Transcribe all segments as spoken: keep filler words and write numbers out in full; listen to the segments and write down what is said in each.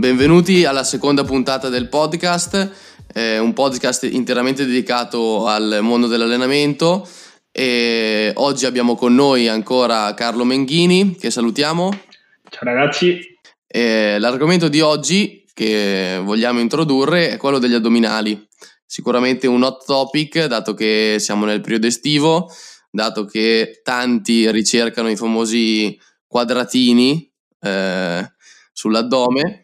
Benvenuti alla seconda puntata del podcast, eh, un podcast interamente dedicato al mondo dell'allenamento e oggi abbiamo con noi ancora Carlo Menghini, che salutiamo. Ciao ragazzi. E l'argomento di oggi che vogliamo introdurre è quello degli addominali. Sicuramente un hot topic, dato che siamo nel periodo estivo, dato che tanti ricercano i famosi quadratini eh, sull'addome,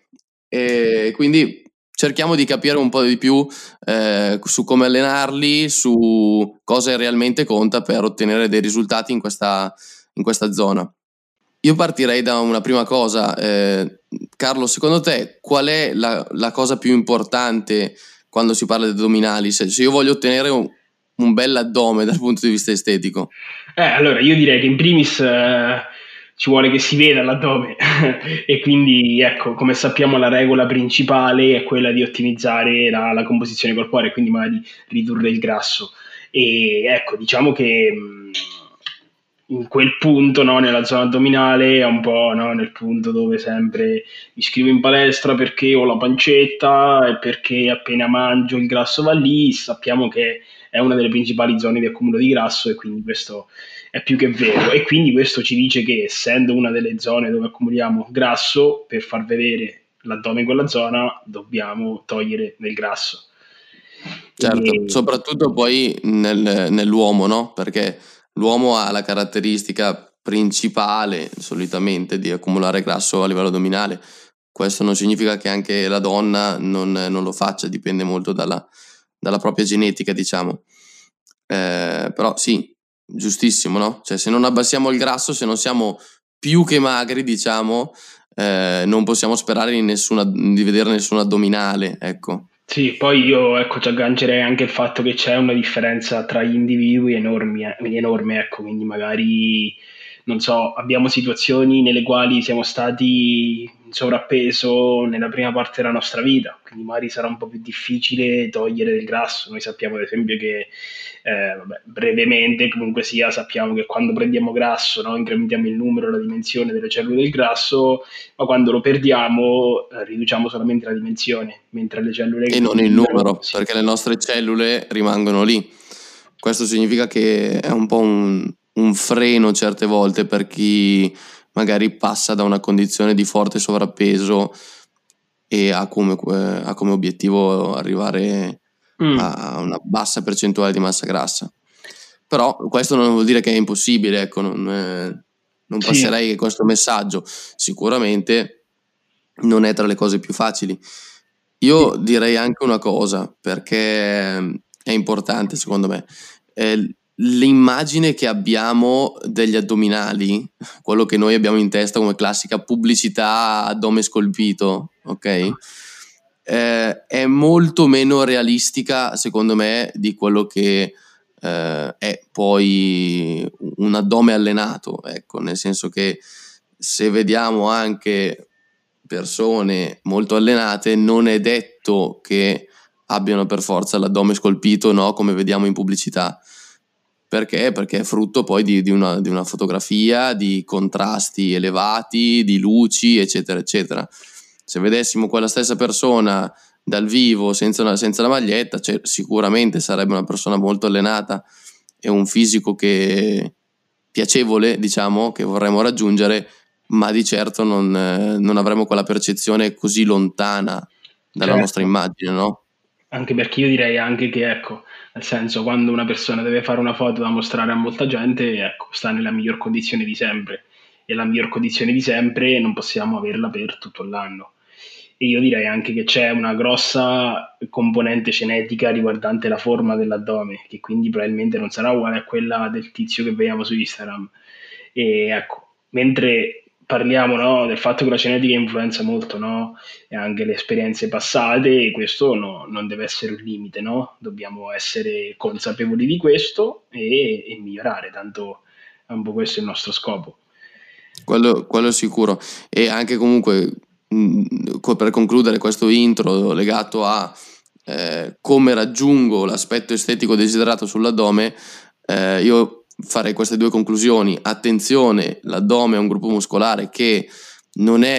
e quindi cerchiamo di capire un po' di più eh, su come allenarli, su cosa realmente conta per ottenere dei risultati in questa, in questa zona. Io partirei da una prima cosa. eh, Carlo, secondo te qual è la, la cosa più importante quando si parla di addominali? Se, se io voglio ottenere un, un bel addome dal punto di vista estetico. Eh, allora, io direi che in primis eh, ci vuole che si veda l'addome e quindi, ecco, come sappiamo la regola principale è quella di ottimizzare la, la composizione corporea, quindi magari ridurre il grasso. E ecco, diciamo che mh, in quel punto, no, nella zona addominale, è un po', no, nel punto dove sempre mi iscrivo in palestra perché ho la pancetta e perché appena mangio il grasso va lì. Sappiamo che è una delle principali zone di accumulo di grasso e quindi questo è più che vero, e quindi questo ci dice che essendo una delle zone dove accumuliamo grasso, per far vedere l'addome in quella zona dobbiamo togliere del grasso. Certo, E... soprattutto poi nel- nell'uomo, no? Perché l'uomo ha la caratteristica principale solitamente di accumulare grasso a livello addominale. Questo non significa che anche la donna non, non lo faccia, dipende molto dalla, dalla propria genetica, diciamo. Eh, però sì, giustissimo, no? Cioè, se non abbassiamo il grasso, se non siamo più che magri, diciamo, eh, non possiamo sperare di, nessuna, di vedere nessun addominale, ecco. Sì, poi io ecco, ci aggancerei anche il fatto che c'è una differenza tra gli individui enormi, eh, enorme, ecco, quindi magari, non so, abbiamo situazioni nelle quali siamo stati in sovrappeso nella prima parte della nostra vita, quindi magari sarà un po' più difficile togliere del grasso. Noi sappiamo ad esempio che, eh, vabbè, brevemente, comunque sia, sappiamo che quando prendiamo grasso, no, incrementiamo il numero, la dimensione delle cellule del grasso, ma quando lo perdiamo eh, riduciamo solamente la dimensione, mentre le cellule E che non il continuano, numero, sì. perché le nostre cellule rimangono lì. Questo significa che è un po' un, un freno certe volte per chi magari passa da una condizione di forte sovrappeso e ha come, eh, ha come obiettivo arrivare Mm, a una bassa percentuale di massa grassa. Però questo non vuol dire che è impossibile, ecco, non, eh, non sì, passerei questo messaggio. Sicuramente non è tra le cose più facili. sì. Io direi anche una cosa, perché è importante secondo me. Eh, l'immagine che abbiamo degli addominali, quello che noi abbiamo in testa come classica pubblicità addome scolpito, ok? Eh, è molto meno realistica secondo me di quello che eh, è poi un addome allenato, ecco, nel senso che se vediamo anche persone molto allenate, non è detto che abbiano per forza l'addome scolpito, no? Come vediamo in pubblicità. Perché? Perché è frutto poi di, di, una, di una fotografia, di contrasti elevati, di luci, eccetera, eccetera. Se vedessimo quella stessa persona dal vivo senza, una, senza la maglietta, cioè, sicuramente sarebbe una persona molto allenata e un fisico che piacevole, diciamo, che vorremmo raggiungere, ma di certo non, eh, non avremo quella percezione così lontana dalla nostra Certo. immagine, no? Anche perché io direi anche che, ecco, nel senso, quando una persona deve fare una foto da mostrare a molta gente, ecco, sta nella miglior condizione di sempre. E la miglior condizione di sempre non possiamo averla per tutto l'anno. E io direi anche che c'è una grossa componente genetica riguardante la forma dell'addome, che quindi probabilmente non sarà uguale a quella del tizio che vediamo su Instagram. E ecco, mentre parliamo, no, del fatto che la genetica influenza molto, no, e anche le esperienze passate, e questo no, non deve essere un limite, no? Dobbiamo essere consapevoli di questo e, e migliorare, tanto è un po' questo il nostro scopo. Quello, quello è sicuro. E anche comunque, mh, co- per concludere questo intro legato a eh, come raggiungo l'aspetto estetico desiderato sull'addome, eh, io farei queste due conclusioni. Attenzione, l'addome è un gruppo muscolare che non è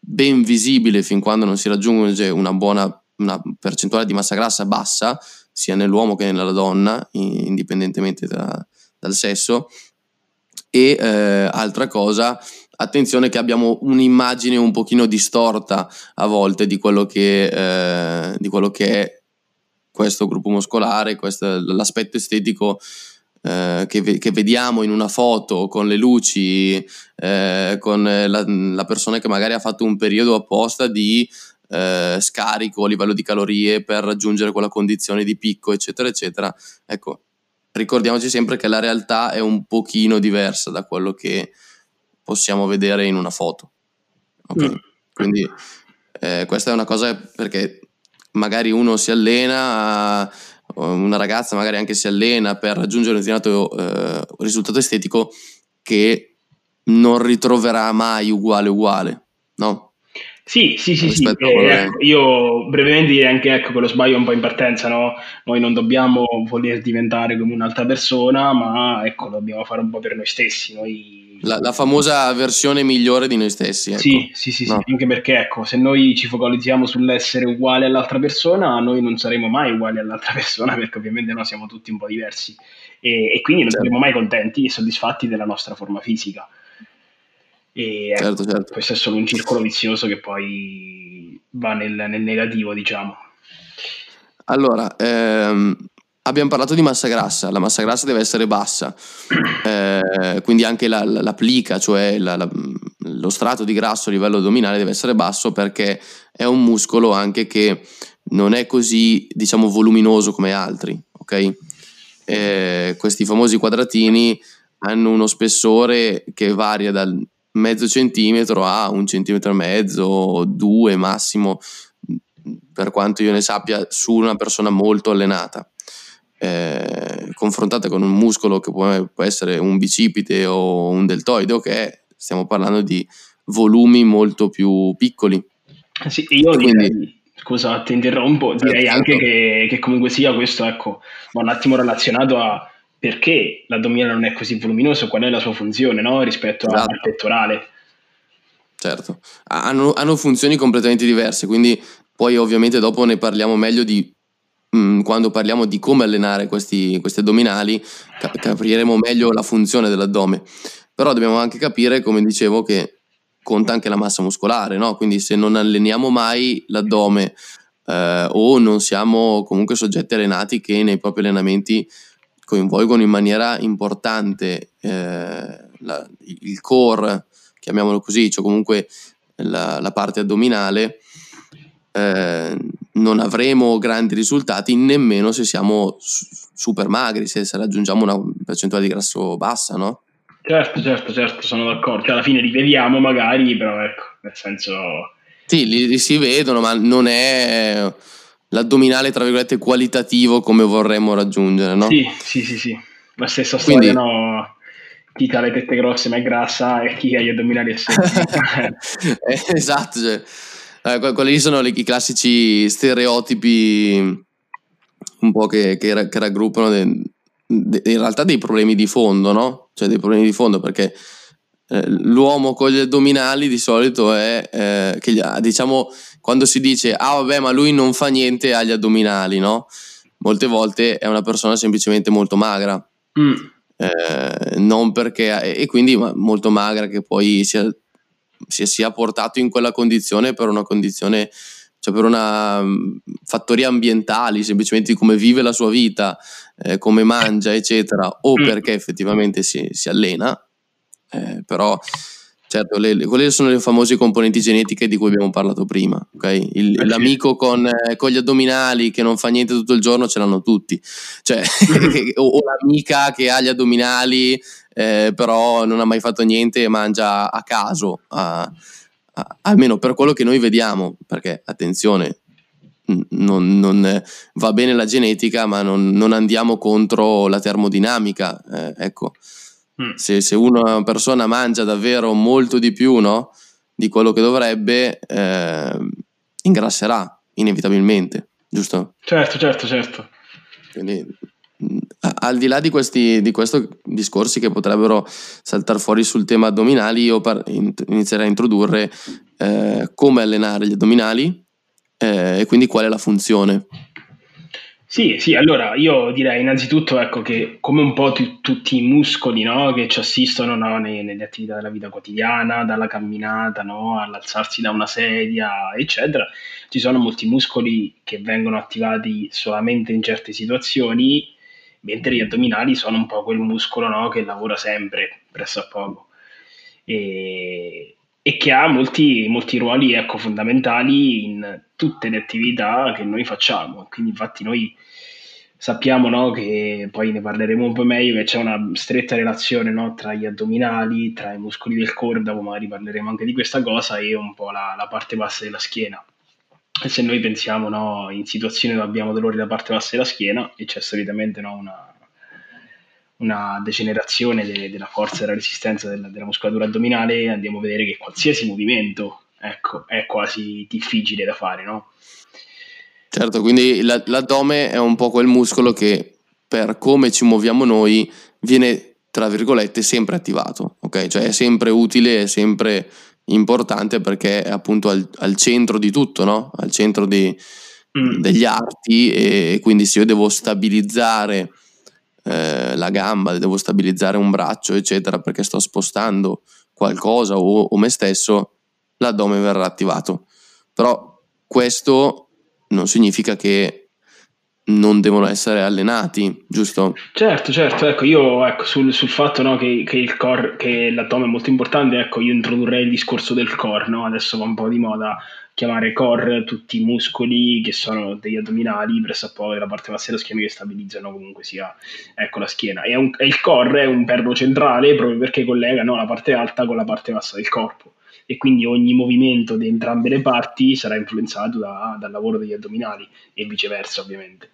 ben visibile fin quando non si raggiunge una buona una percentuale di massa grassa bassa, sia nell'uomo che nella donna, indipendentemente da, dal sesso. E eh, altra cosa, attenzione che abbiamo un'immagine un pochino distorta a volte di quello che, eh, di quello che è questo gruppo muscolare, questo, l'aspetto estetico eh, che, ve- che vediamo in una foto con le luci, eh, con la, la persona che magari ha fatto un periodo apposta di eh, scarico a livello di calorie per raggiungere quella condizione di picco, eccetera, eccetera. Ecco, ricordiamoci sempre che la realtà è un pochino diversa da quello che possiamo vedere in una foto. Ok? Mm. Quindi eh, questa è una cosa perché magari uno si allena, una ragazza magari anche si allena per raggiungere un determinato eh, risultato estetico che non ritroverà mai uguale uguale, no? Sì, sì, sì, sì. Eh, ecco, io brevemente direi anche ecco, che lo sbaglio è un po' in partenza, no? Noi non dobbiamo voler diventare come un'altra persona, ma ecco, lo dobbiamo fare un po' per noi stessi. Noi... La, la famosa versione migliore di noi stessi. Ecco. Sì, sì, sì, no. Sì, anche perché ecco, se noi ci focalizziamo sull'essere uguali all'altra persona, noi non saremo mai uguali all'altra persona, perché ovviamente noi siamo tutti un po' diversi e, e quindi non certo. saremo mai contenti e soddisfatti della nostra forma fisica. E ecco, certo, certo. Questo è solo un circolo vizioso che poi va nel, nel negativo, diciamo. Allora, ehm, abbiamo parlato di massa grassa, la massa grassa deve essere bassa, eh, quindi anche la, la, la plica, cioè la, la, lo strato di grasso a livello addominale deve essere basso perché è un muscolo anche che non è così, diciamo, voluminoso come altri, ok? Eh, questi famosi quadratini hanno uno spessore che varia dal mezzo centimetro a un centimetro e mezzo, due massimo, per quanto io ne sappia, su una persona molto allenata. Eh, confrontata con un muscolo che può, può essere un bicipite o un deltoide, ok, stiamo parlando di volumi molto più piccoli. Sì, io quindi, direi, scusa, ti interrompo, certo, direi certo. anche che, che comunque sia questo, ecco, va un attimo relazionato a perché l'addominale non è così voluminoso, qual è la sua funzione, no? Rispetto esatto. al pettorale. Certo, hanno, hanno funzioni completamente diverse, quindi poi ovviamente dopo ne parliamo meglio di mh, quando parliamo di come allenare questi, questi addominali, cap- capiremo meglio la funzione dell'addome. Però dobbiamo anche capire, come dicevo, che conta anche la massa muscolare, no? Quindi se non alleniamo mai l'addome eh, o non siamo comunque soggetti allenati che nei propri allenamenti coinvolgono in maniera importante eh, la, il core, chiamiamolo così, cioè comunque la, la parte addominale, eh, non avremo grandi risultati nemmeno se siamo super magri, se, se raggiungiamo una percentuale di grasso bassa, no? Certo, certo, certo, sono d'accordo. Cioè, alla fine li vediamo magari, però ecco, nel senso... Sì, li, li si vedono, ma non è l'addominale, tra virgolette, qualitativo come vorremmo raggiungere, no? Sì, sì, sì, sì. La stessa Quindi, storia, no? Chi ha le tette grosse ma è grassa e chi ha gli addominali è secchi. Esatto, cioè, eh, quelli lì sono i classici stereotipi un po' che, che, che raggruppano de, de, in realtà dei problemi di fondo, no? Cioè dei problemi di fondo perché eh, l'uomo con gli addominali di solito è eh, che diciamo quando si dice ah vabbè ma lui non fa niente agli addominali, no? Molte volte è una persona semplicemente molto magra. Mm. Eh, non perché e quindi molto magra che poi sia, sia, sia portato in quella condizione per una condizione, cioè per una um, fattori ambientali, semplicemente di come vive la sua vita, eh, come mangia eccetera, o perché effettivamente si, si allena, eh, però certo le, le, quelle sono le famose componenti genetiche di cui abbiamo parlato prima, okay? Il, l'amico con, eh, con gli addominali che non fa niente tutto il giorno ce l'hanno tutti, cioè, o, o l'amica che ha gli addominali eh, però non ha mai fatto niente e mangia a caso, a, a, almeno per quello che noi vediamo, perché attenzione, non, non va bene la genetica ma non, non andiamo contro la termodinamica, eh, ecco. Se, se una persona mangia davvero molto di più, no, di quello che dovrebbe, eh, ingrasserà inevitabilmente, giusto? Certo, certo, certo. Quindi al di là di questi di questi discorsi che potrebbero saltare fuori sul tema addominali, io par- inizierei a introdurre eh, come allenare gli addominali eh, e quindi qual è la funzione. Sì, sì, allora io direi innanzitutto ecco che come un po' tu- tutti i muscoli, no, che ci assistono, no, ne- nelle attività della vita quotidiana, dalla camminata, no, all'alzarsi da una sedia, eccetera, ci sono molti muscoli che vengono attivati solamente in certe situazioni, mentre gli addominali sono un po' quel muscolo, no, che lavora sempre, pressappoco. E, e che ha molti, molti ruoli ecco, fondamentali in tutte le attività che noi facciamo. Quindi infatti noi sappiamo, no, che poi ne parleremo un po' meglio, che c'è una stretta relazione, no, tra gli addominali, tra i muscoli del core, dopo magari parleremo anche di questa cosa, e un po' la, la parte bassa della schiena. E se noi pensiamo, no, in situazioni dove abbiamo dolori da parte bassa della schiena e c'è solitamente, no, una, una degenerazione de- della forza e della resistenza della, della muscolatura addominale, andiamo a vedere che qualsiasi movimento, ecco, è quasi difficile da fare, no? Certo, quindi la- l'addome è un po' quel muscolo che per come ci muoviamo noi viene, tra virgolette, sempre attivato, ok? Cioè è sempre utile, è sempre importante perché è appunto al, al centro di tutto, no? Al centro di- Mm. degli arti, e quindi se io devo stabilizzare eh, la gamba, devo stabilizzare un braccio, eccetera, perché sto spostando qualcosa o, o me stesso, l'addome verrà attivato. Però questo non significa che non devono essere allenati, giusto? Certo, certo, ecco, io ecco, sul, sul fatto, no, che, che il core, che l'addome è molto importante, ecco, io introdurrei il discorso del core, no? Adesso va un po' di moda chiamare core tutti i muscoli che sono degli addominali, pressappoco della parte bassa della schiena, che stabilizzano comunque sia, ecco, la schiena. E, un, e il core è un perno centrale proprio perché collega, no, la parte alta con la parte bassa del corpo, e quindi ogni movimento di entrambe le parti sarà influenzato da- dal lavoro degli addominali e viceversa, ovviamente.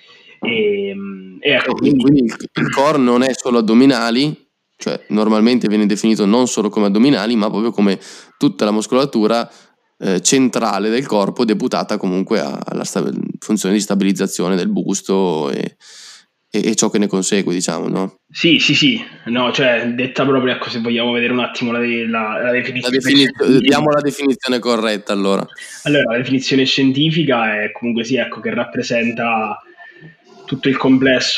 E, e ecco, E quindi quindi il, il core non è solo addominali, cioè normalmente viene definito non solo come addominali, ma proprio come tutta la muscolatura eh, centrale del corpo, deputata comunque a- alla sta- funzione di stabilizzazione del busto e, e- e ciò che ne consegue, diciamo, no? sì, sì, sì, no, cioè detta proprio, ecco, se vogliamo vedere un attimo la, la- la La definizione definizio- scientifica. diamo la definizione corretta allora. Allora, la definizione scientifica è comunque sì, ecco, che rappresenta tutto il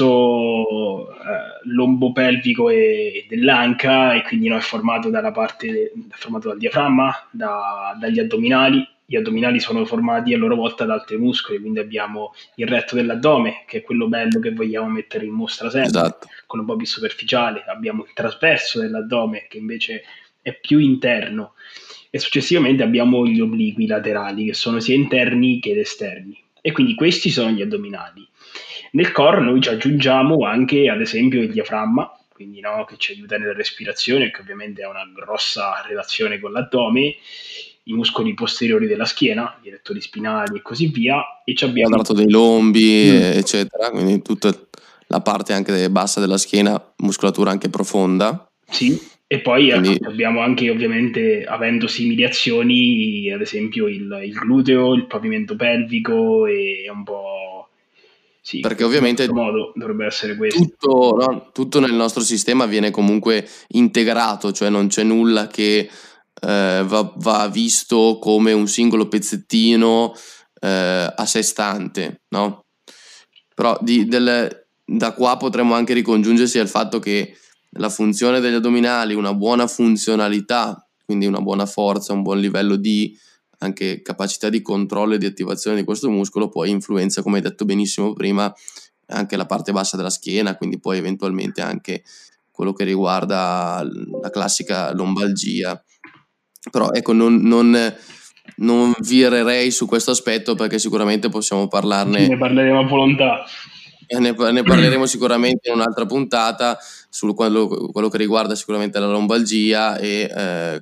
complesso eh, lombopelvico e, e dell'anca, e quindi no, è formato dalla parte, è formato dal diaframma, da- dagli addominali. Gli addominali sono formati a loro volta da altri muscoli, quindi abbiamo il retto dell'addome, che è quello bello che vogliamo mettere in mostra sempre, Esatto. quello un po' più superficiale. Abbiamo il trasverso dell'addome, che invece è più interno, e successivamente abbiamo gli obliqui laterali, che sono sia interni che esterni, e quindi questi sono gli addominali. Nel core noi ci aggiungiamo anche ad esempio il diaframma, quindi no, che ci aiuta nella respirazione, che ovviamente ha una grossa relazione con l'addome, i muscoli posteriori della schiena, gli rettori spinali e così via, e ci abbiamo... Quadrato dei lombi, Mm. eccetera, quindi tutta la parte anche bassa della schiena, muscolatura anche profonda. Sì, e poi ecco, Quindi, abbiamo anche ovviamente, avendo simili azioni, ad esempio il, il gluteo, il pavimento pelvico, e un po'... Sì, perché grosso ovviamente modo dovrebbe essere questo. tutto, no, tutto nel nostro sistema viene comunque integrato, cioè non c'è nulla che eh, va, va visto come un singolo pezzettino eh, a sé stante, no? Però di- del- da qua potremmo anche ricongiungersi al fatto che la funzione degli addominali, una buona funzionalità, quindi una buona forza, un buon livello di anche capacità di controllo e di attivazione di questo muscolo, poi influenza, come hai detto benissimo prima, anche la parte bassa della schiena, quindi poi eventualmente anche quello che riguarda la classica lombalgia. Però ecco, non, non, non virerei su questo aspetto perché sicuramente possiamo Sì, ne parlarne, parleremo a volontà. e ne, ne parleremo sicuramente in un'altra puntata su quello, quello che riguarda sicuramente la lombalgia e eh,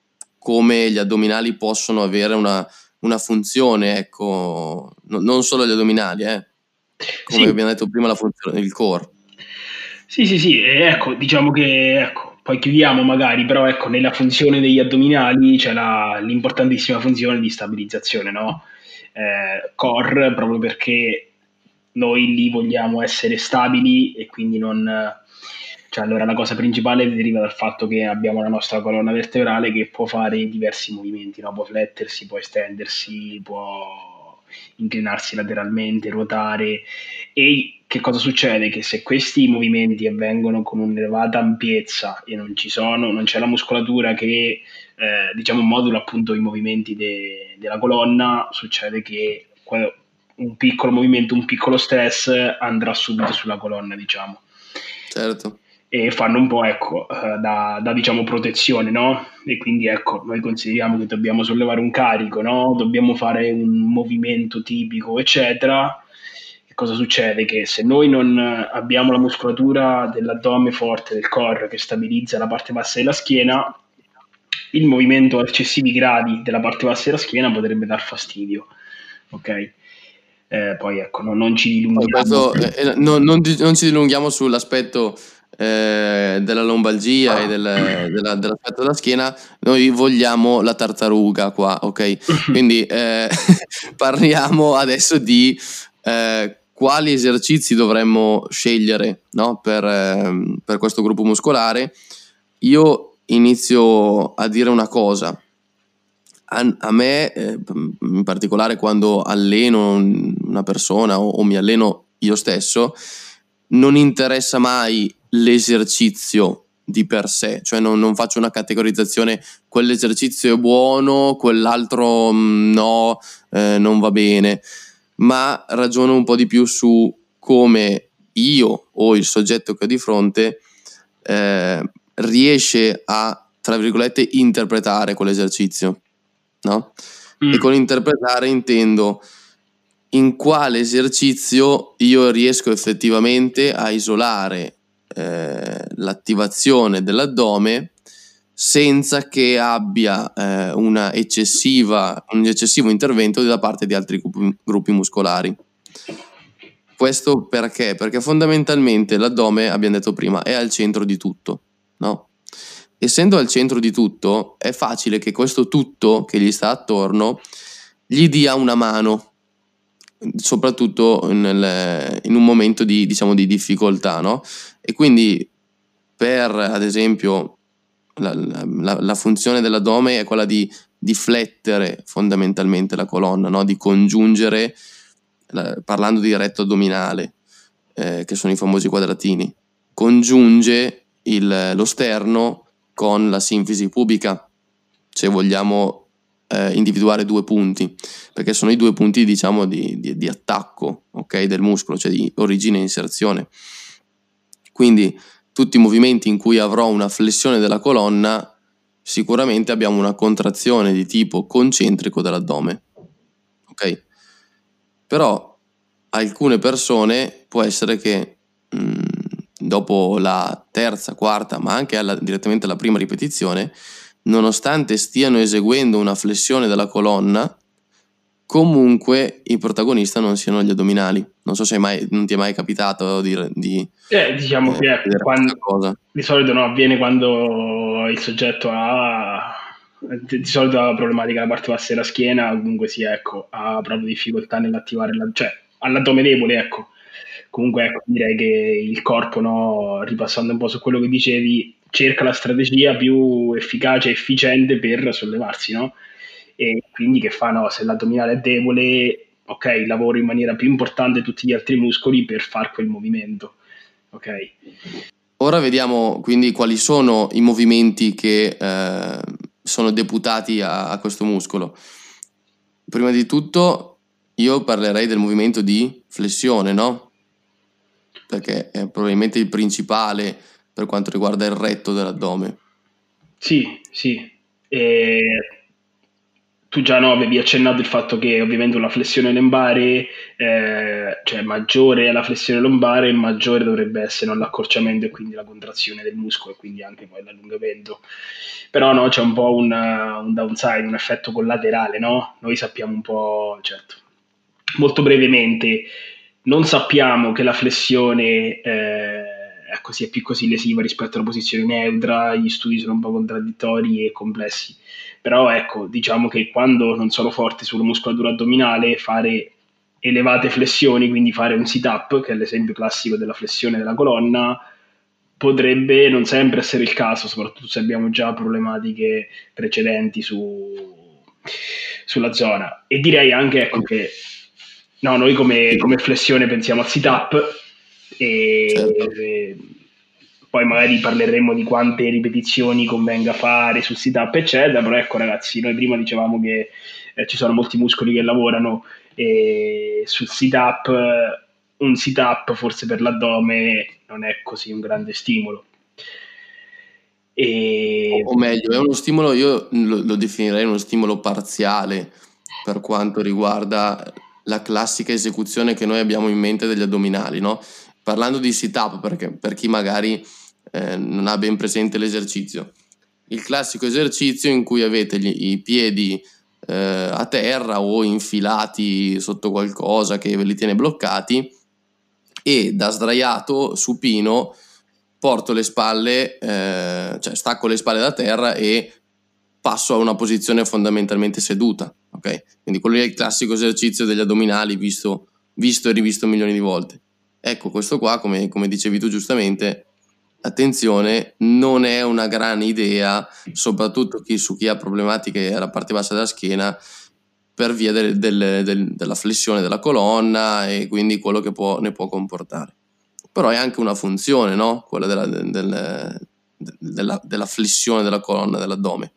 come gli addominali possono avere una, una funzione, ecco, no- non solo gli addominali, eh, come Sì, abbiamo detto prima, la funzione, il core. sì, sì, sì, e ecco, diciamo che, ecco, poi chiudiamo magari, però ecco, nella funzione degli addominali c'è la- l'importantissima funzione di stabilizzazione, no? Eh, core, proprio perché noi lì vogliamo essere stabili e quindi non... Cioè, allora la cosa principale deriva dal fatto che abbiamo la nostra colonna vertebrale che può fare diversi movimenti, no? Può flettersi, può estendersi, può inclinarsi lateralmente, ruotare. E che cosa succede? Che se questi movimenti avvengono con un'elevata ampiezza e non ci sono, non c'è la muscolatura che eh, diciamo modula appunto i movimenti de- della colonna, succede che un piccolo movimento, un piccolo stress andrà subito sulla colonna, diciamo. Certo. E fanno un po', ecco, uh, da, da diciamo protezione, no? E quindi ecco, noi consideriamo che dobbiamo sollevare un carico, no? Dobbiamo fare un movimento tipico, eccetera. Che cosa succede? Che se noi non abbiamo la muscolatura dell'addome forte, del core, che stabilizza la parte bassa della schiena, il movimento a eccessivi gradi della parte bassa della schiena potrebbe dar fastidio, ok? Eh, poi ecco, no, non ci dilunghiamo. Questo, eh, non, non, non ci dilunghiamo sull'aspetto eh, della lombalgia e del, della, dell'aspetto della schiena, noi vogliamo la tartaruga qua, ok? Quindi eh, parliamo adesso di eh, quali esercizi dovremmo scegliere, no? per, eh, per questo gruppo muscolare. Io inizio a dire una cosa. A, a me, eh, in particolare quando alleno una persona o, o mi alleno io stesso, non interessa mai l'esercizio di per sé, cioè non, non faccio una categorizzazione, quell'esercizio è buono, quell'altro mh, no, eh, non va bene, ma ragiono un po' di più su come io o il soggetto che ho di fronte eh, riesce a, tra virgolette, interpretare quell'esercizio. No? Mm. E con interpretare intendo in quale esercizio io riesco effettivamente a isolare eh, l'attivazione dell'addome senza che abbia eh, una eccessiva, un eccessivo intervento da parte di altri gruppi, gruppi muscolari. Questo perché? Perché fondamentalmente l'addome, abbiamo detto prima, è al centro di tutto, no? Essendo al centro di tutto, è facile che questo tutto che gli sta attorno gli dia una mano, soprattutto nel, in un momento di, diciamo, di difficoltà, no? E quindi per, ad esempio, la, la, la funzione dell'addome è quella di, di flettere fondamentalmente la colonna, no? Di congiungere, la, parlando di retto addominale, eh, che sono i famosi quadratini, congiunge il, lo sterno con la sinfisi pubica, se vogliamo eh, individuare due punti, perché sono i due punti, diciamo, di, di, di attacco, ok, del muscolo, cioè di origine e inserzione. Quindi tutti i movimenti in cui avrò una flessione della colonna, sicuramente abbiamo una contrazione di tipo concentrico dell'addome, ok? Però alcune persone può essere che mh, dopo la terza, quarta, ma anche alla, direttamente alla prima ripetizione, nonostante stiano eseguendo una flessione della colonna, comunque il protagonista non siano gli addominali. Non so se mai, non ti è mai capitato di, di eh, diciamo eh, che è quando, cosa. Di solito no, avviene quando il soggetto ha di solito ha problematica alla parte bassa della schiena, comunque sì, ecco, ha proprio difficoltà nell'attivare la, cioè all'addome debole, ecco. Comunque ecco, direi che il corpo, no, ripassando un po' su quello che dicevi, cerca la strategia più efficace e efficiente per sollevarsi, no? E quindi che fa, no, se l'addominale è debole, ok, lavoro in maniera più importante tutti gli altri muscoli per far quel movimento, ok? Ora vediamo quindi quali sono i movimenti che eh, sono deputati a, a questo muscolo. Prima di tutto io parlerei del movimento di flessione, no? Perché è probabilmente il principale per quanto riguarda il retto dell'addome. Sì, sì. E tu già no, avevi accennato il fatto che ovviamente una flessione lombare, eh, cioè maggiore è la flessione lombare, maggiore dovrebbe essere no, l'accorciamento e quindi la contrazione del muscolo e quindi anche poi l'allungamento. Però no, c'è un po' un, un downside, un effetto collaterale, no? Noi sappiamo un po', certo, molto brevemente, non sappiamo che la flessione eh, è, così, è più così lesiva rispetto alla posizione neutra, gli studi sono un po' contraddittori e complessi. Però ecco, diciamo che quando non sono forte sulla muscolatura addominale, fare elevate flessioni, quindi fare un sit-up, che è l'esempio classico della flessione della colonna, potrebbe non sempre essere il caso, soprattutto se abbiamo già problematiche precedenti su, sulla zona. E direi anche, ecco, che no, noi come, come flessione pensiamo al sit-up e, Certo. e poi magari parleremo di quante ripetizioni convenga fare sul sit-up, eccetera, però ecco ragazzi, noi prima dicevamo che eh, ci sono molti muscoli che lavorano e sul sit-up, un sit-up forse per l'addome non è così un grande stimolo. E... O meglio, è uno stimolo, io lo, lo definirei uno stimolo parziale per quanto riguarda la classica esecuzione che noi abbiamo in mente degli addominali, no? Parlando di sit-up, perché per chi magari eh, non ha ben presente l'esercizio, il classico esercizio in cui avete gli, i piedi eh, a terra o infilati sotto qualcosa che ve li tiene bloccati e da sdraiato supino porto le spalle, eh, cioè stacco le spalle da terra e passo a una posizione fondamentalmente seduta, ok? Quindi quello è il classico esercizio degli addominali visto, visto e rivisto milioni di volte. Ecco, questo qua, come, come dicevi tu giustamente, attenzione, non è una gran idea, soprattutto chi, su chi ha problematiche alla parte bassa della schiena, per via del, del, del, della flessione della colonna e quindi quello che può, ne può comportare. Però è anche una funzione, no? Quella della, del, della, della flessione della colonna, dell'addome.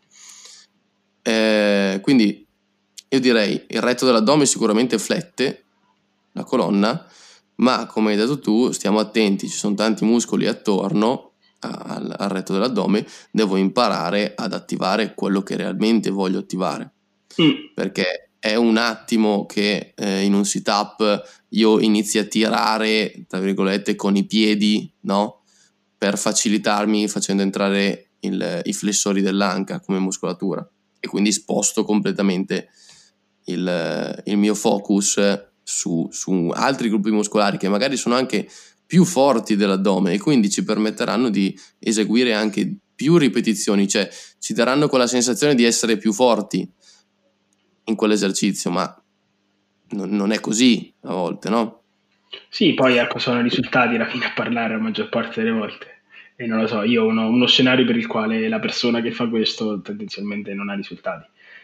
Eh, quindi io direi il retto dell'addome sicuramente flette la colonna, ma come hai detto tu stiamo attenti, ci sono tanti muscoli attorno al, al retto dell'addome, devo imparare ad attivare quello che realmente voglio attivare, mm. perché è un attimo che eh, in un sit-up io inizi a tirare, tra virgolette, con i piedi, no? Per facilitarmi facendo entrare il, i flessori dell'anca come muscolatura e quindi sposto completamente il, il mio focus su, su altri gruppi muscolari che magari sono anche più forti dell'addome e quindi ci permetteranno di eseguire anche più ripetizioni, cioè ci daranno quella sensazione di essere più forti in quell'esercizio, ma non, non è così a volte, no? Sì, poi ecco, sono i risultati alla fine a parlare la maggior parte delle volte. E non lo so, io ho uno, uno scenario per il quale la persona che fa questo tendenzialmente non ha risultati.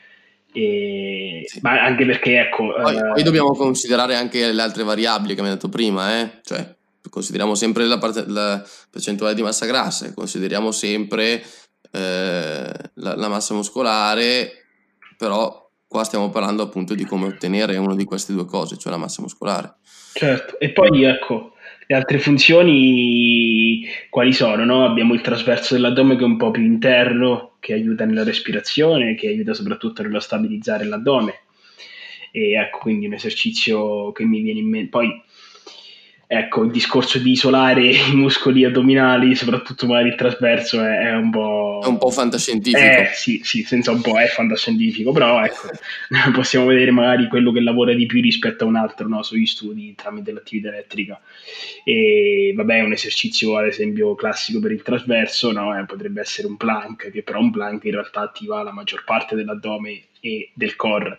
E... Sì. Ma anche perché, ecco... Poi, uh... poi dobbiamo considerare anche le altre variabili che abbiamo detto prima, eh? Cioè, consideriamo sempre la, parte, la percentuale di massa grassa, consideriamo sempre eh, la, la massa muscolare, però qua stiamo parlando appunto di come ottenere una di queste due cose, cioè la massa muscolare. Certo, e poi ecco, le altre funzioni quali sono? No? Abbiamo il trasverso dell'addome che è un po' più interno, che aiuta nella respirazione, che aiuta soprattutto nello stabilizzare l'addome. E ecco, quindi un esercizio che mi viene in mente. Poi, ecco, il discorso di isolare i muscoli addominali, soprattutto magari il trasverso, è, è un po'... È un po' fantascientifico. Eh, sì, sì, senza un po' è fantascientifico, però ecco, possiamo vedere magari quello che lavora di più rispetto a un altro, no? Sugli studi tramite l'attività elettrica. E vabbè, un esercizio ad esempio classico per il trasverso, no? Eh, potrebbe essere un plank, che però un plank in realtà attiva la maggior parte dell'addome e del core.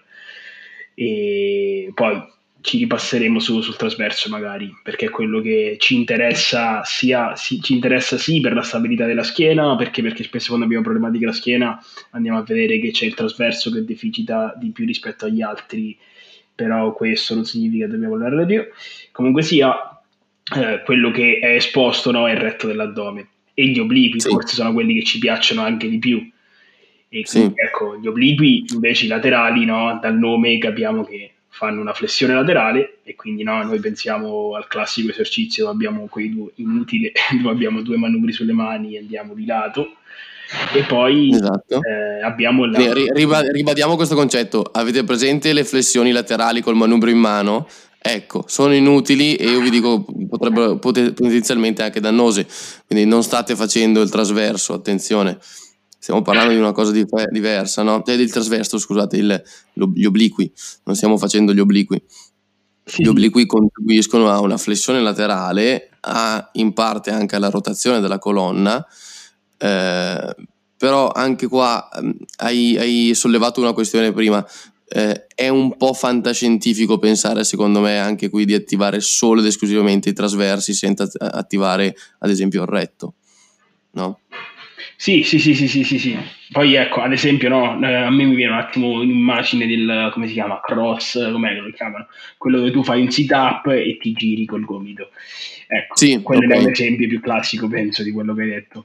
E poi ci ripasseremo su, sul trasverso magari, perché è quello che ci interessa sia sì, ci interessa sì per la stabilità della schiena, perché, perché spesso quando abbiamo problematiche alla schiena andiamo a vedere che c'è il trasverso che deficita di più rispetto agli altri, però questo non significa che dobbiamo volerlo di più. Comunque sia, eh, quello che è esposto, no, è il retto dell'addome e gli obliqui, sì, forse sono quelli che ci piacciono anche di più. E quindi, sì, ecco, gli obliqui invece i laterali, no, dal nome capiamo che fanno una flessione laterale e quindi no, noi pensiamo al classico esercizio dove abbiamo quei due inutile, dove abbiamo due manubri sulle mani e andiamo di lato e poi esatto. eh, abbiamo la... Ribadiamo questo concetto, avete presente le flessioni laterali col manubrio in mano? Ecco, sono inutili e io vi dico potrebbero potenzialmente anche dannose, quindi non state facendo il trasverso, attenzione. Stiamo parlando di una cosa di, diversa, no? Cioè del trasverso, scusate, il, gli obliqui, non stiamo facendo gli obliqui. Sì. Gli obliqui contribuiscono a una flessione laterale, a, in parte anche alla rotazione della colonna, eh, però anche qua hai, hai sollevato una questione prima, eh, è un po' fantascientifico pensare, secondo me, anche qui di attivare solo ed esclusivamente i trasversi senza attivare ad esempio il retto, no? Sì, sì, sì, sì, sì, sì, sì. Poi ecco, ad esempio, no, eh, a me mi viene un attimo un'immagine del, come si chiama, cross, com'è che lo chiamano? Quello dove tu fai un sit-up e ti giri col gomito. Ecco, Sì, quello è un ok. esempio più classico, penso, di quello che hai detto.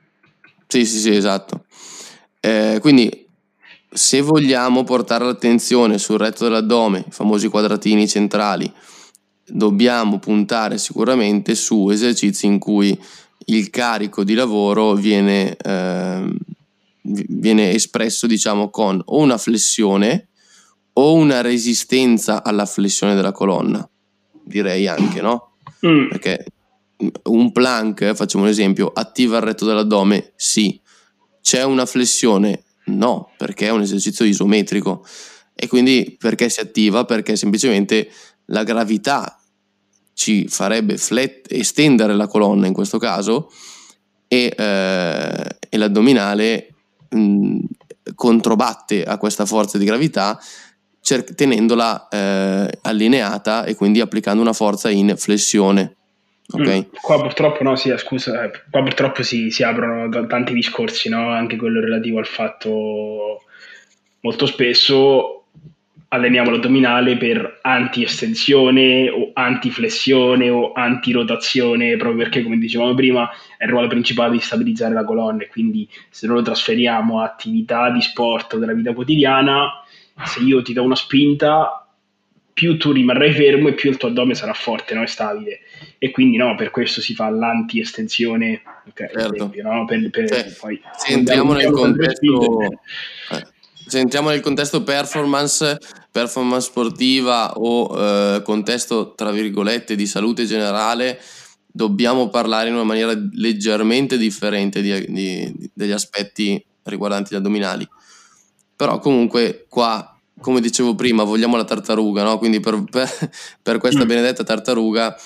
Sì, sì, sì, esatto. Eh, quindi se vogliamo portare l'attenzione sul retto dell'addome, i famosi quadratini centrali, dobbiamo puntare sicuramente su esercizi in cui il carico di lavoro viene, ehm, vi- viene espresso, diciamo, con o una flessione o una resistenza alla flessione della colonna, direi anche, no? Mm. Perché un plank, facciamo un esempio, attiva il retto dell'addome? Sì. C'è una flessione? No, perché è un esercizio isometrico. E quindi perché si attiva? Perché semplicemente la gravità ci farebbe flet- estendere la colonna in questo caso e, eh, e l'addominale mh, controbatte a questa forza di gravità cer- tenendola eh, allineata e quindi applicando una forza in flessione. Mm. Ok? Qua purtroppo no, sì, scusa, eh, qua purtroppo si, si aprono t- tanti discorsi, no? Anche quello relativo al fatto molto spesso alleniamo l'addominale per anti-estensione o anti-flessione o anti-rotazione, proprio perché, come dicevamo prima, è il ruolo principale di stabilizzare la colonna e quindi se noi lo trasferiamo a attività di sport o della vita quotidiana, se io ti do una spinta, più tu rimarrai fermo e più il tuo addome sarà forte, no? E stabile. E quindi no, per questo si fa l'anti-estensione, ok, ad Certo. esempio, no? Per, Cioè, per, poi se non diamo, entriamo non nel diamo sempre spinte. contesto, eh, se entriamo nel contesto performance, performance sportiva o eh, contesto, tra virgolette, di salute generale, dobbiamo parlare in una maniera leggermente differente di- di- degli aspetti riguardanti gli addominali. Però comunque qua, come dicevo prima, vogliamo la tartaruga, no? Quindi per, per- per questa Mm. benedetta tartaruga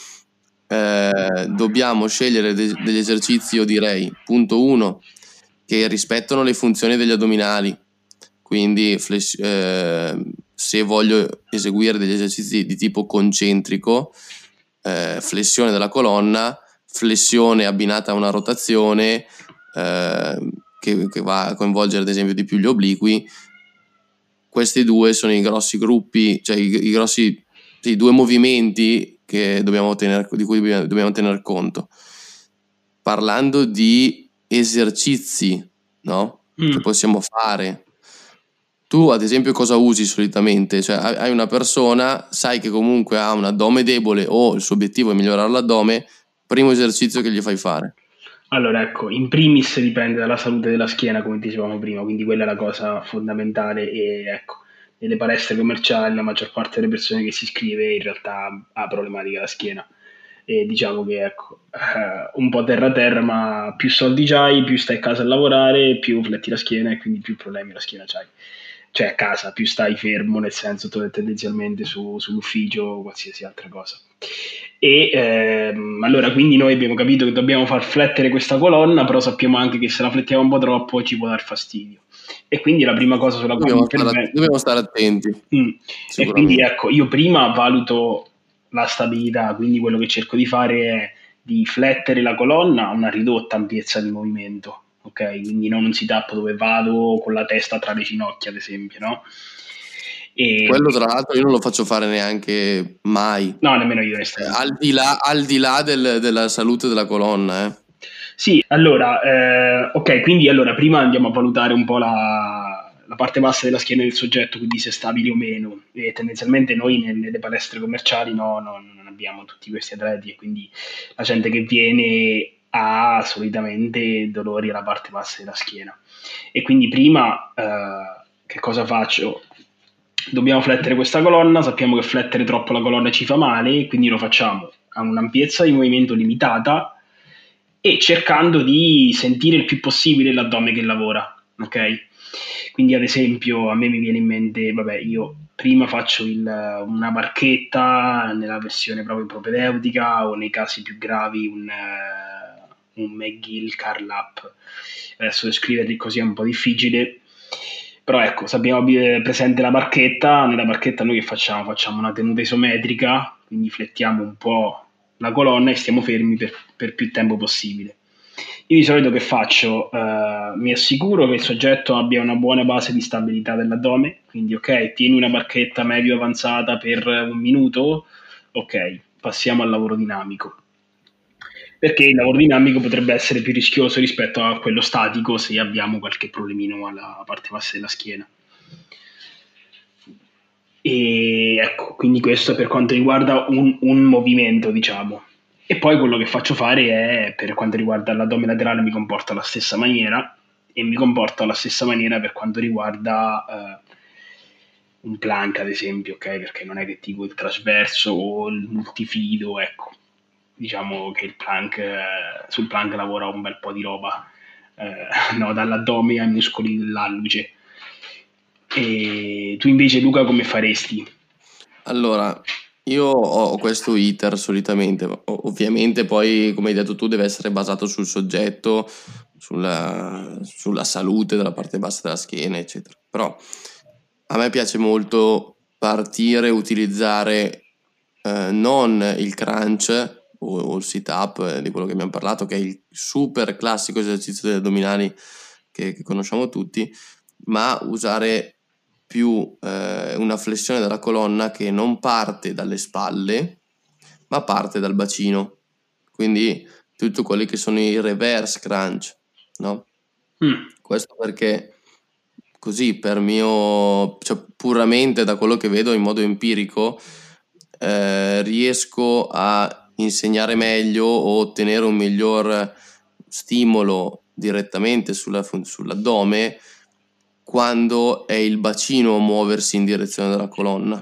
eh, dobbiamo scegliere de- degli esercizi, io direi, punto uno, che rispettano le funzioni degli addominali. Quindi fless- eh, se voglio eseguire degli esercizi di tipo concentrico, eh, flessione della colonna, flessione abbinata a una rotazione eh, che, che va a coinvolgere ad esempio di più gli obliqui. Questi due sono i grossi gruppi, cioè i, i grossi sì, due movimenti che dobbiamo tener, di cui dobbiamo, dobbiamo tener conto. Parlando di esercizi, no? Che Mm. possiamo fare. Tu, ad esempio, cosa usi solitamente? Cioè, hai hai una persona, sai che comunque ha un addome debole o il suo obiettivo è migliorare l'addome, primo esercizio che gli fai fare. Allora, ecco, in primis dipende dalla salute della schiena, come dicevamo prima, quindi quella è la cosa fondamentale e ecco, nelle palestre commerciali la maggior parte delle persone che si iscrive in realtà ha problematiche alla schiena e diciamo che ecco, eh, un po' terra terra, ma più soldi c'hai, più stai a casa a lavorare, più fletti la schiena e quindi più problemi alla schiena c'hai. Cioè a casa, più stai fermo, nel senso tendenzialmente su, sull'ufficio o qualsiasi altra cosa. E ehm, allora quindi noi abbiamo capito che dobbiamo far flettere questa colonna, però sappiamo anche che se la flettiamo un po' troppo ci può dar fastidio. E quindi la prima cosa sulla quale Dobbiamo stare, intervengo. dobbiamo stare attenti, Mm. E quindi sicuramente. ecco, io prima valuto la stabilità, quindi quello che cerco di fare è di flettere la colonna a una ridotta ampiezza di movimento, ok? Quindi non un sit-up dove vado con la testa tra le ginocchia, ad esempio, no? E, Quello, tra l'altro, io non lo faccio fare neanche mai. no, nemmeno io Eh, onestamente. al di là, al di là del- della salute della colonna, eh. Sì, allora, eh, ok, quindi allora prima andiamo a valutare un po' la, la parte bassa della schiena del soggetto, quindi se è stabile o meno. E tendenzialmente noi nel- nelle palestre commerciali no, no, non abbiamo tutti questi atleti e quindi la gente che viene ha solitamente dolori alla parte bassa della schiena. E quindi prima eh, che cosa faccio? Dobbiamo flettere questa colonna, sappiamo che flettere troppo la colonna ci fa male, quindi lo facciamo a un'ampiezza di movimento limitata e cercando di sentire il più possibile l'addome che lavora, ok? Quindi ad esempio a me mi viene in mente, vabbè, io prima faccio il, una barchetta nella versione proprio propedeutica o nei casi più gravi un, uh, un McGill curl up. Adesso scriverli così è un po' difficile, Però ecco, se abbiamo bi- presente la barchetta, nella barchetta noi che facciamo? Facciamo una tenuta isometrica, quindi flettiamo un po' la colonna e stiamo fermi per, per più tempo possibile. Io di solito che faccio? Eh, mi assicuro che il soggetto abbia una buona base di stabilità dell'addome, quindi ok, tieni una barchetta medio avanzata per un minuto, ok, passiamo al lavoro dinamico. Perché il lavoro dinamico potrebbe essere più rischioso rispetto a quello statico se abbiamo qualche problemino alla parte bassa della schiena. E ecco, quindi questo per quanto riguarda un, un movimento, diciamo. E poi quello che faccio fare è, per quanto riguarda l'addome laterale, mi comporto alla stessa maniera e mi comporto alla stessa maniera per quanto riguarda eh, un plank, ad esempio, ok? Perché non è che dico il trasverso o il multifido, ecco. Diciamo che il plank, eh, sul plank lavora un bel po' di roba, eh, no, dall'addome ai muscoli dell'alluce. E tu invece, Luca, come faresti? Allora, io ho questo iter solitamente, o- ovviamente poi, come hai detto tu, deve essere basato sul soggetto, sulla, sulla salute della parte bassa della schiena, eccetera. Però a me piace molto partire, utilizzare eh, non il crunch o, o il sit up eh, di quello che abbiamo parlato, che è il super classico esercizio degli addominali che, che conosciamo tutti, ma usare più eh, una flessione della colonna che non parte dalle spalle, ma parte dal bacino. Quindi tutto quelli che sono i reverse crunch, no? Mm. Questo perché così per mio, cioè puramente da quello che vedo in modo empirico, eh, riesco a insegnare meglio o ottenere un miglior stimolo direttamente sulla fun- sull'addome quando è il bacino a muoversi in direzione della colonna.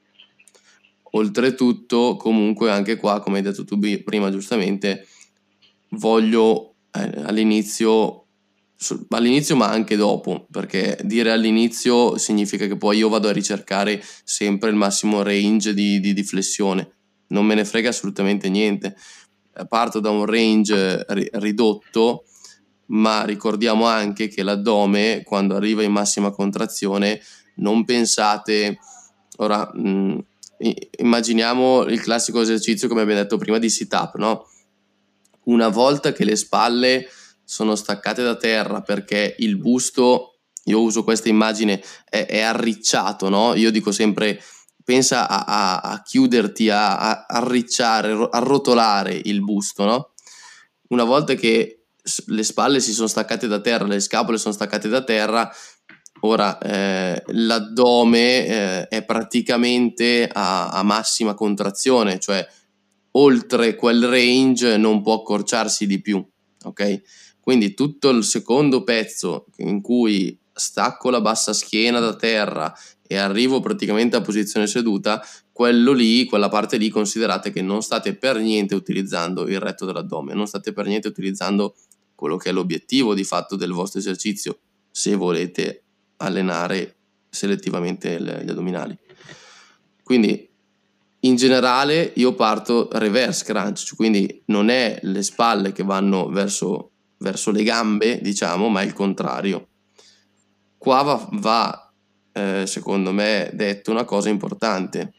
Oltretutto, comunque anche qua, come hai detto tu bi- prima giustamente, voglio eh, all'inizio, so- all'inizio ma anche dopo, perché dire all'inizio significa che poi io vado a ricercare sempre il massimo range di, di, di flessione, non me ne frega assolutamente niente. Eh, Parto da un range ri- ridotto, ma ricordiamo anche che l'addome, quando arriva in massima contrazione, non pensate, ora mh, i- immaginiamo il classico esercizio come abbiamo detto prima di sit up, no? Una volta che le spalle sono staccate da terra perché il busto, io uso questa immagine, è, è arricciato, no? Io dico sempre, pensa a, a- a chiuderti, a, a arricciare, ro- arrotolare il busto, no? Una volta che s- le spalle si sono staccate da terra, le scapole sono staccate da terra, ora eh, l'addome eh, è praticamente a, a massima contrazione, cioè oltre quel range non può accorciarsi di più, ok? Quindi tutto il secondo pezzo in cui stacco la bassa schiena da terra e arrivo praticamente a posizione seduta, quello lì, quella parte lì, considerate che non state per niente utilizzando il retto dell'addome, non state per niente utilizzando quello che è l'obiettivo di fatto del vostro esercizio, se volete allenare selettivamente le- gli addominali. Quindi in generale io parto reverse crunch, cioè quindi non è le spalle che vanno verso, verso le gambe, diciamo, ma è il contrario. Qua va, va, eh, secondo me, detto una cosa importante.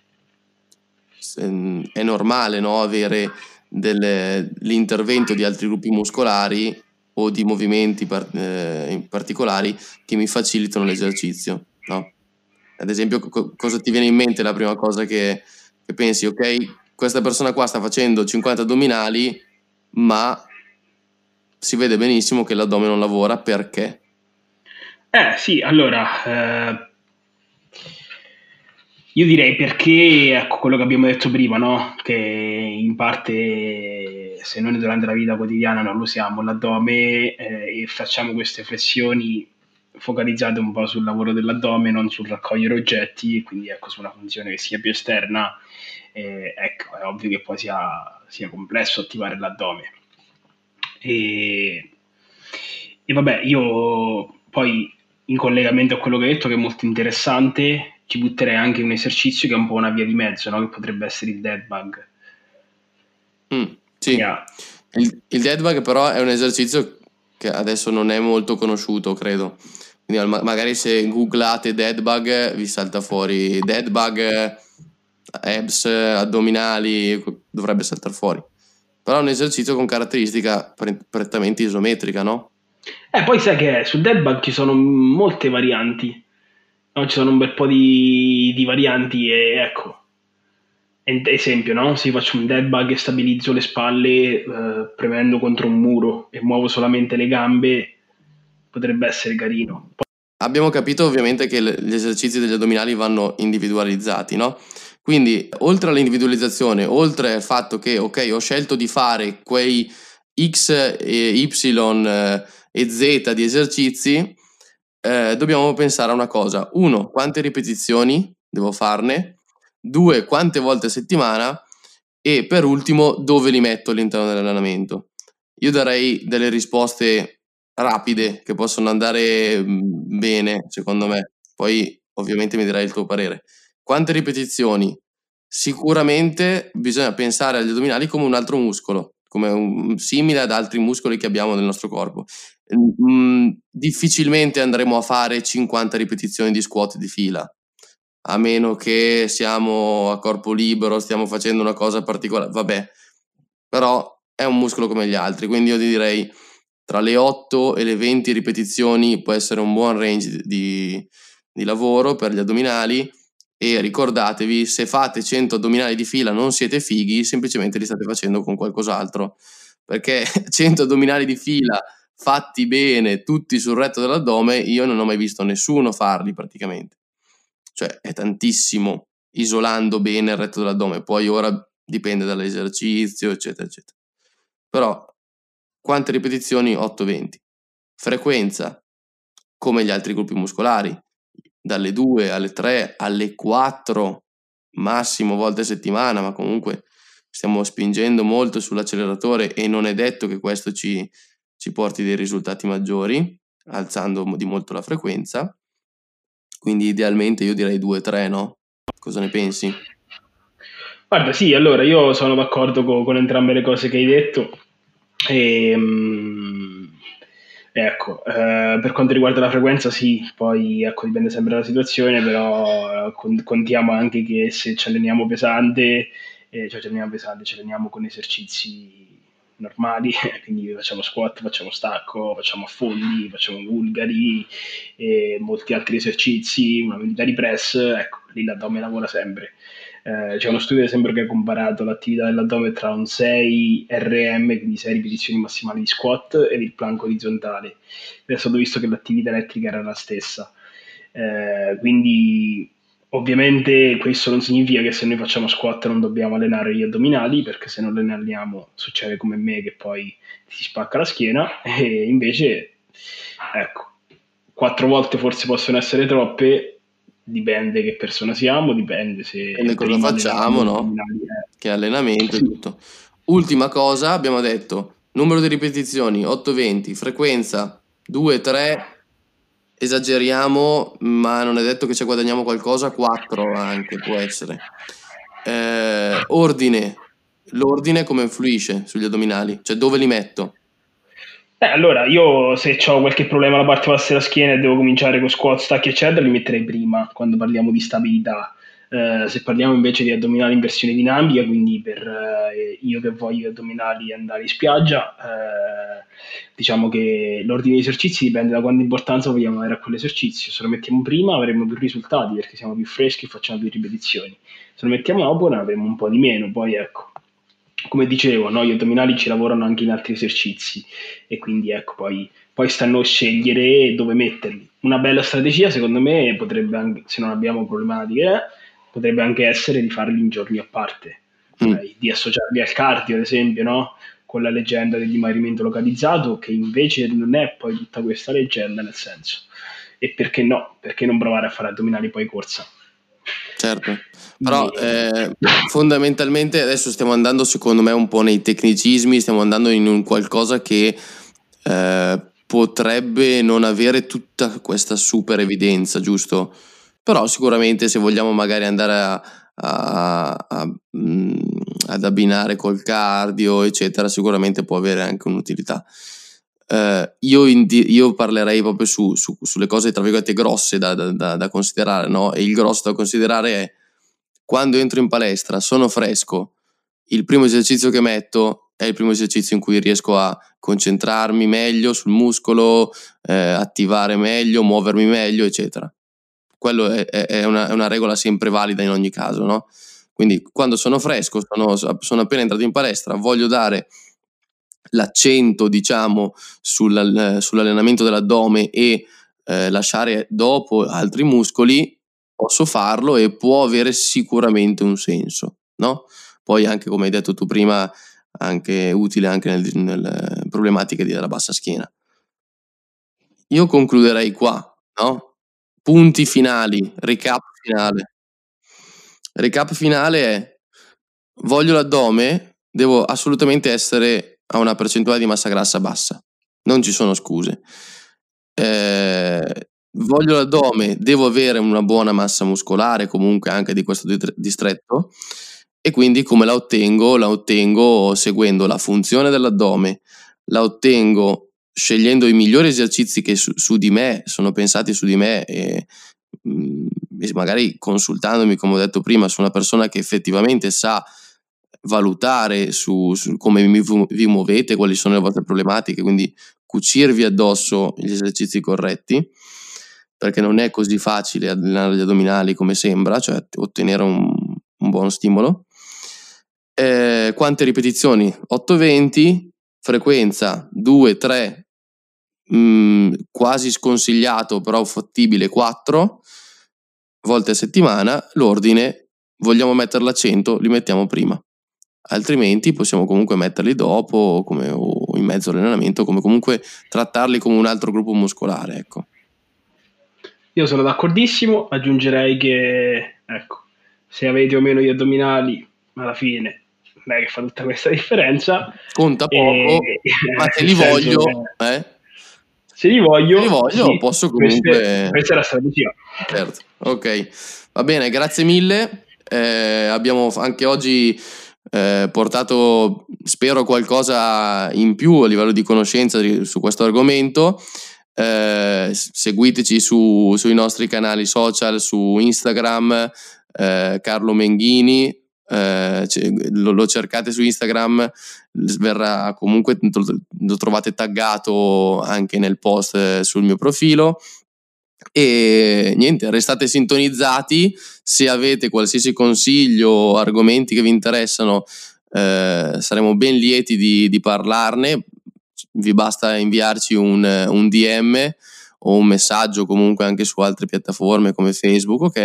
Se- È normale, no, avere delle- l'intervento di altri gruppi muscolari o di movimenti par- eh, in particolari che mi facilitano l'esercizio, no? Ad esempio, co- cosa ti viene in mente la prima cosa che, che pensi? Ok, questa persona qua sta facendo cinquanta addominali, ma si vede benissimo che l'addome non lavora perché? Eh sì, allora, eh, io direi perché, ecco, quello che abbiamo detto prima, no? Che in parte, se noi durante la vita quotidiana non lo usiamo, l'addome, eh, e facciamo queste flessioni focalizzate un po' sul lavoro dell'addome, non sul raccogliere oggetti, e quindi ecco, su una funzione che sia più esterna, eh, ecco, è ovvio che poi sia, sia complesso attivare l'addome. E, e vabbè, io poi in collegamento a quello che hai detto, che è molto interessante, ci butterei anche un esercizio che è un po' una via di mezzo, no? Che potrebbe essere il dead bug. Mm, sì, Yeah. il, il dead bug però è un esercizio che adesso non è molto conosciuto, credo, Quindi ma- magari se googlate dead bug vi salta fuori dead bug, abs, addominali, dovrebbe saltare fuori. Però è un esercizio con caratteristica pre- prettamente isometrica, no? Eh, poi sai che sul dead bug ci sono molte varianti, no? Ci sono un bel po' di, di varianti e ecco, Ed- esempio, no? Se io faccio un dead bug e stabilizzo le spalle eh, premendo contro un muro e muovo solamente le gambe, potrebbe essere carino. Abbiamo capito ovviamente che le- gli esercizi degli addominali vanno individualizzati, no? Quindi, oltre all'individualizzazione, oltre al fatto che, ok, ho scelto di fare quei X, e Y eh, e Z di esercizi, eh, dobbiamo pensare a una cosa. Uno, quante ripetizioni devo farne? Due, quante volte a settimana? E per ultimo, dove li metto all'interno dell'allenamento? Io darei delle risposte rapide che possono andare mm, bene, secondo me. Poi ovviamente mi dirai il tuo parere. Quante ripetizioni? Sicuramente bisogna pensare agli addominali come un altro muscolo, come un, simile ad altri muscoli che abbiamo nel nostro corpo. Mm, difficilmente andremo a fare cinquanta ripetizioni di squat di fila, a meno che siamo a corpo libero, stiamo facendo una cosa particolare, vabbè, però è un muscolo come gli altri, quindi io ti direi tra le otto e le venti ripetizioni può essere un buon range di, di lavoro per gli addominali. E ricordatevi, se fate cento addominali di fila non siete fighi, semplicemente li state facendo con qualcos'altro, perché cento addominali di fila fatti bene, tutti sul retto dell'addome, io non ho mai visto nessuno farli praticamente. Cioè è tantissimo, isolando bene il retto dell'addome. Poi ora dipende dall'esercizio, eccetera, eccetera. Però quante ripetizioni? otto venti. Frequenza, come gli altri gruppi muscolari, dalle due alle tre alle quattro massimo volte a settimana, ma comunque stiamo spingendo molto sull'acceleratore e non è detto che questo ci, ci porti dei risultati maggiori, alzando di molto la frequenza. Quindi idealmente io direi due tre, no? Cosa ne pensi? Guarda, sì, allora io sono d'accordo co- con, entrambe le cose che hai detto. E, mm, ecco, eh, per quanto riguarda la frequenza, sì, poi ecco, dipende sempre dalla situazione, però eh, con- contiamo anche che se ci alleniamo pesante, eh, cioè ci alleniamo pesante, ci alleniamo con esercizi normali, quindi facciamo squat, facciamo stacco, facciamo affondi, facciamo vulgari e molti altri esercizi, una military press, ecco, lì l'addome lavora sempre. Eh, c'è uno studio, ad esempio, che ha comparato l'attività dell'addome tra un sei R M, quindi sei ripetizioni massimali di squat, ed il plank orizzontale. Ed è stato visto che l'attività elettrica era la stessa. Eh, quindi, ovviamente, questo non significa che se noi facciamo squat non dobbiamo allenare gli addominali, perché se non le alleniamo succede come me che poi si spacca la schiena, e invece, ecco, quattro volte forse possono essere troppe, dipende che persona siamo, dipende Dipende se cosa prima allenavamo facciamo, gli no? addominali. eh. Che allenamento e Sì. tutto. Ultima cosa, abbiamo detto numero di ripetizioni otto venti, frequenza due tre, esageriamo, ma non è detto che ci guadagniamo qualcosa, quattro anche può essere. Eh, ordine, l'ordine come influisce sugli addominali? Cioè dove li metto? Eh, allora, io se ho qualche problema alla parte bassa della schiena e devo cominciare con squat, stacchi, eccetera, li metterei prima, quando parliamo di stabilità. Eh, se parliamo invece di addominali in versione dinamica, quindi per eh, io che voglio addominali andare in spiaggia, eh, diciamo che l'ordine di esercizi dipende da quanta importanza vogliamo avere a quell'esercizio. Se lo mettiamo prima avremo più risultati perché siamo più freschi e facciamo più ripetizioni. Se lo mettiamo dopo ne avremo un po' di meno. Poi ecco, come dicevo, no, gli addominali ci lavorano anche in altri esercizi e quindi ecco, poi, poi stanno a scegliere dove metterli. Una bella strategia, secondo me, potrebbe anche, se non abbiamo problematiche, eh, potrebbe anche essere di farli in giorni a parte, Mm, cioè di associarli al cardio, ad esempio, no? Con la leggenda del dimagrimento localizzato, che invece non è poi tutta questa leggenda, nel senso. E perché no? Perché non provare a fare addominali poi corsa? certo, Quindi, però eh, fondamentalmente adesso stiamo andando secondo me un po' nei tecnicismi, stiamo andando in un qualcosa che eh, potrebbe non avere tutta questa super evidenza, giusto? Però sicuramente se vogliamo magari andare a, a- a- mm, ad abbinare col cardio, eccetera, sicuramente può avere anche un'utilità. eh, io, indi- io parlerei proprio su, su- sulle cose tra virgolette grosse da, da- da- da considerare, no? E il grosso da considerare è: quando entro in palestra, sono fresco, il primo esercizio che metto è il primo esercizio in cui riesco a concentrarmi meglio sul muscolo, eh, attivare meglio, muovermi meglio, eccetera. Quello è, è- è una, è una regola sempre valida in ogni caso, no? Quindi quando sono fresco, sono, sono appena entrato in palestra, voglio dare l'accento, diciamo, sul- sull'allenamento dell'addome e eh, lasciare dopo altri muscoli, posso farlo e può avere sicuramente un senso, no? Poi anche, come hai detto tu prima, anche utile anche nel, nelle problematiche della bassa schiena. Io concluderei qua, no? Punti finali, recap finale. Recap finale è: voglio l'addome, devo assolutamente essere a una percentuale di massa grassa bassa. Non ci sono scuse. Eh, voglio l'addome, devo avere una buona massa muscolare, comunque anche di questo di- distretto. E quindi come la ottengo? La ottengo seguendo la funzione dell'addome, la ottengo scegliendo i migliori esercizi che su, su di me sono pensati su di me e, mm, e magari consultandomi, come ho detto prima, su una persona che effettivamente sa valutare su, su come mi, vi muovete, quali sono le vostre problematiche, quindi cucirvi addosso gli esercizi corretti, perché non è così facile allenare gli addominali come sembra, cioè ottenere un, un buon stimolo. Eh, quante ripetizioni? otto venti, frequenza due tre, mh, quasi sconsigliato però fattibile quattro volte a settimana. L'ordine, vogliamo mettere l'accento, li mettiamo prima, altrimenti possiamo comunque metterli dopo come, o in mezzo all'allenamento, come comunque trattarli come un altro gruppo muscolare, ecco. Io sono d'accordissimo, aggiungerei che, ecco, se avete o meno gli addominali, alla fine non è che fa tutta questa differenza. Conta E, poco, ma se nel li senso, voglio, eh? se li voglio, Se li voglio, sì, posso queste, comunque... questa è la strategia. Certo, ok. Va bene, grazie mille. Eh, abbiamo anche oggi eh, portato, spero, qualcosa in più a livello di conoscenza di- su questo argomento. Eh, seguiteci su- sui nostri canali social, su Instagram, eh, Carlo Menghini, eh, ce- lo, lo cercate su Instagram, verrà comunque, lo trovate taggato anche nel post eh, sul mio profilo. E niente, restate sintonizzati. Se avete qualsiasi consiglio o argomenti che vi interessano, eh, saremo ben lieti di, di parlarne. Vi basta inviarci un, un D M o un messaggio comunque anche su altre piattaforme come Facebook, ok?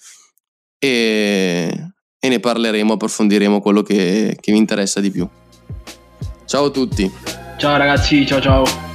E, e ne parleremo, approfondiremo quello che, che vi interessa di più. Ciao a tutti. Ciao ragazzi, ciao ciao.